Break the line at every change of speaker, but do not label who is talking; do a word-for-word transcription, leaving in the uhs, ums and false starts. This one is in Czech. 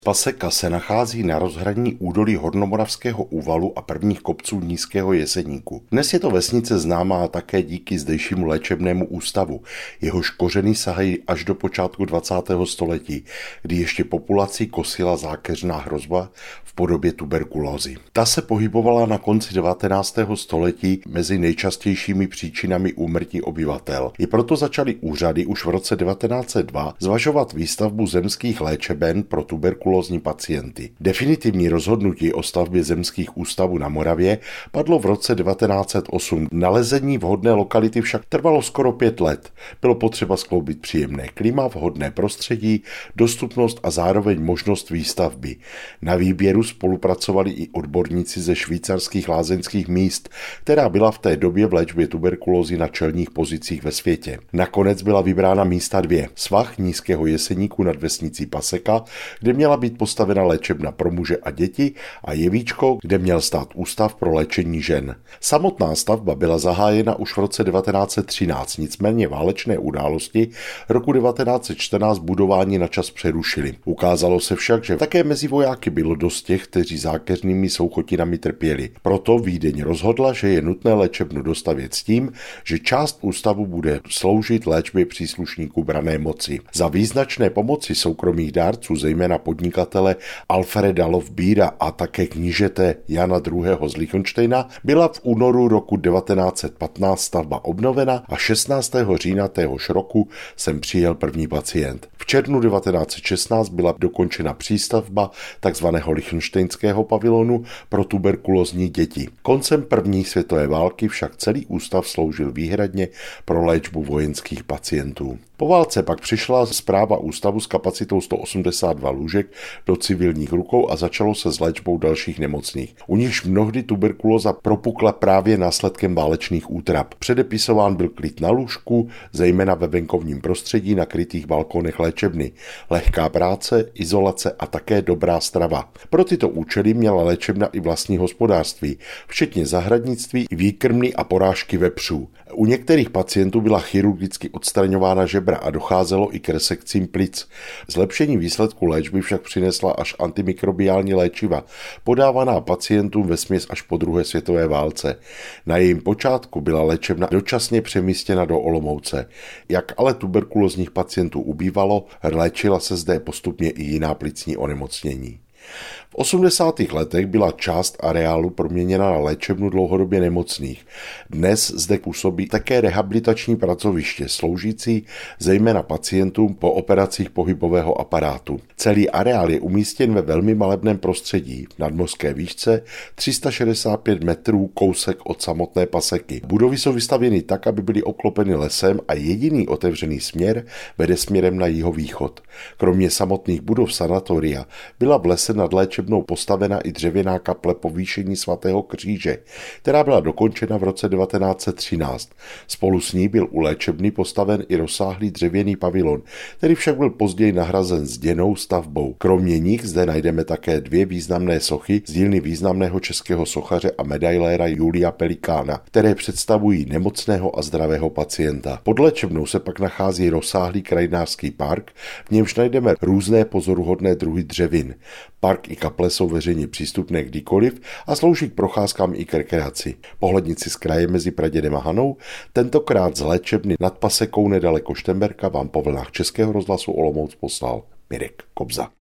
Paseka se nachází na rozhraní údolí Hornomoravského úvalu a prvních kopců Nízkého Jeseníku. Dnes je to vesnice známá také díky zdejšímu léčebnému ústavu. Jehož kořeny sahají až do počátku dvacátého století, kdy ještě populaci kosila zákeřná hrozba v podobě tuberkulózy. Ta se pohybovala na konci devatenáctého století mezi nejčastějšími příčinami úmrtí obyvatel. I proto začaly úřady už v roce devatenáct set dva zvažovat výstavbu zemských léčeben pro tuberkulózu pacienty. Definitivní rozhodnutí o stavbě zemských ústavů na Moravě padlo v roce devatenáct set osm. Nalezení vhodné lokality však trvalo skoro pět let. Bylo potřeba skloubit příjemné klima, vhodné prostředí, dostupnost a zároveň možnost výstavby. Na výběru spolupracovali i odborníci ze švýcarských lázeňských míst, která byla v té době v léčbě tuberkulózy na čelních pozicích ve světě. Nakonec byla vybrána místa dvě. Svah Nízkého Jeseníku nad vesnicí Paseka, kde měla být postavena léčebna pro muže a děti, a Jevíčko, kde měl stát ústav pro léčení žen. Samotná stavba byla zahájena už v roce devatenáct set třináct, nicméně válečné události roku devatenáct set čtrnáct budování na čas přerušily. Ukázalo se však, že také mezi vojáky bylo dost těch, kteří zákeřnými souchotinami trpěli. Proto Vídeň rozhodla, že je nutné léčebnu dostavět s tím, že část ústavu bude sloužit léčbě příslušníků branné moci. Za význačné pomoci soukromých dárců, zejména podnikatelů Alfreda Lofbíra a také knížete Jana druhého. z Lichtenštejna, byla v únoru roku devatenáct set patnáct stavba obnovena a šestnáctého října téhož roku sem přijel první pacient. V červnu devatenáct set šestnáct byla dokončena přístavba takzvaného Lichtenštejnského pavilonu pro tuberkulózní děti. Koncem první světové války však celý ústav sloužil výhradně pro léčbu vojenských pacientů. Po válce pak přišla správa ústavu s kapacitou sto osmdesát dva lůžek do civilních rukou a začalo se s léčbou dalších nemocných. U nichž mnohdy tuberkulóza propukla právě následkem válečných útrap. Předepisován byl klid na lůžku, zejména ve venkovním prostředí na krytých balkonech léčebny, lehká práce, izolace a také dobrá strava. Pro tyto účely měla léčebna i vlastní hospodářství, včetně zahradnictví, výkrmny a porážky vepřů. U některých pacientů byla chirurgicky odstraňována žebra a docházelo i k resekcím plic. Zlepšení výsledku léčby však přinesla až antimikrobiální léčiva, podávaná pacientům vesměs až po druhé světové válce. Na jejím počátku byla léčebna dočasně přemístěna do Olomouce. Jak ale tuberkulózních pacientů ubývalo, léčila se zde postupně i jiná plicní onemocnění. V osmdesátých letech byla část areálu proměněna na léčebnu dlouhodobě nemocných. Dnes zde působí také rehabilitační pracoviště, sloužící zejména pacientům po operacích pohybového aparátu. Celý areál je umístěn ve velmi malebném prostředí, v nadmořské výšce tři sta šedesát pět metrů, kousek od samotné Paseky. Budovy jsou vystavěny tak, aby byly obklopeny lesem a jediný otevřený směr vede směrem na jihovýchod. Kromě samotných budov sanatoria byla v lese nad léčebnou postavena i dřevěná kaple povýšení svatého kříže, která byla dokončena v roce devatenáct set třináct. Spolu s ní byl u léčebny postaven i rozsáhlý dřevěný pavilon, který však byl později nahrazen zděnou stavbou. Kromě nich zde najdeme také dvě významné sochy z dílny významného českého sochaře a medailéra Julia Pelikána, které představují nemocného a zdravého pacienta. Pod léčebnou se pak nachází rozsáhlý krajinářský park, v němž najdeme různé pozoruhodné druhy dřevin. Park i kaple jsou veřejně přístupné kdykoliv a slouží k procházkám i k rekreaci. Pohlednici z kraje mezi Pradědem a Hanou, tentokrát z léčebny nad Pasekou nedaleko Štemberka, vám po vlnách Českého rozhlasu Olomouc poslal Mirek Kobza.